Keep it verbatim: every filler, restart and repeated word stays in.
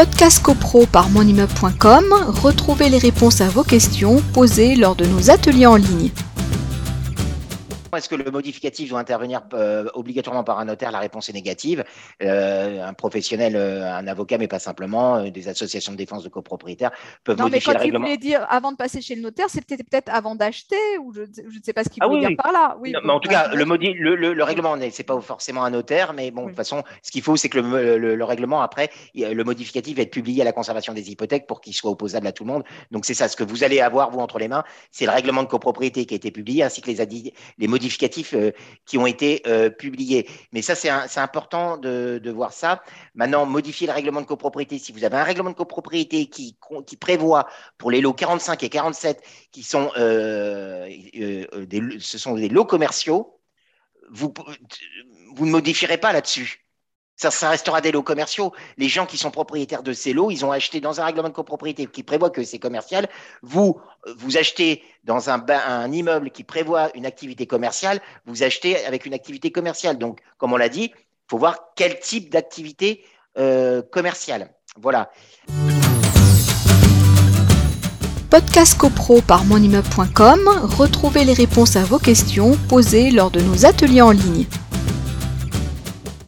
Podcast CoPro par monimmeuble point com, retrouvez les réponses à vos questions posées lors de nos ateliers en ligne. Est-ce que le modificatif doit intervenir euh, obligatoirement par un notaire? La réponse est négative. Euh, un professionnel, euh, un avocat, mais pas simplement, euh, des associations de défense de copropriétaires peuvent non, modifier mais quand le il règlement. voulait dire avant de passer chez le notaire, c'est peut-être peut-être avant d'acheter, ou je, je ne sais pas ce qu'il Ah voulait oui, dire oui. par là. Oui, Non, bon, mais en tout bah, cas, le, modi- le, le, le oui. règlement, c'est pas forcément un notaire, mais bon, Oui. de toute façon, ce qu'il faut, c'est que le, le, le règlement, après, le modificatif va être publié à la conservation des hypothèques pour qu'il soit opposable à tout le monde. Donc, c'est ça, ce que vous allez avoir, vous, entre les mains, c'est le règlement de copropriété qui a été publié, ainsi que les, adi- les modificatifs euh, qui ont été euh, publiés. Mais ça, c'est un, c'est important de, de voir ça. Maintenant, modifier le règlement de copropriété, si vous avez un règlement de copropriété qui, qui prévoit pour les lots quarante-cinq et quarante-sept, qui sont, euh, euh, des, ce sont des lots commerciaux, vous, vous ne modifierez pas là-dessus. Ça, ça restera des lots commerciaux. Les gens qui sont propriétaires de ces lots, ils ont acheté dans un règlement de copropriété qui prévoit que c'est commercial. Vous, vous achetez dans un, un immeuble qui prévoit une activité commerciale, vous achetez avec une activité commerciale. Donc, comme on l'a dit, il faut voir quel type d'activité euh, commerciale. Voilà. Podcast CoPro par monimmeuble point com, retrouvez les réponses à vos questions posées lors de nos ateliers en ligne.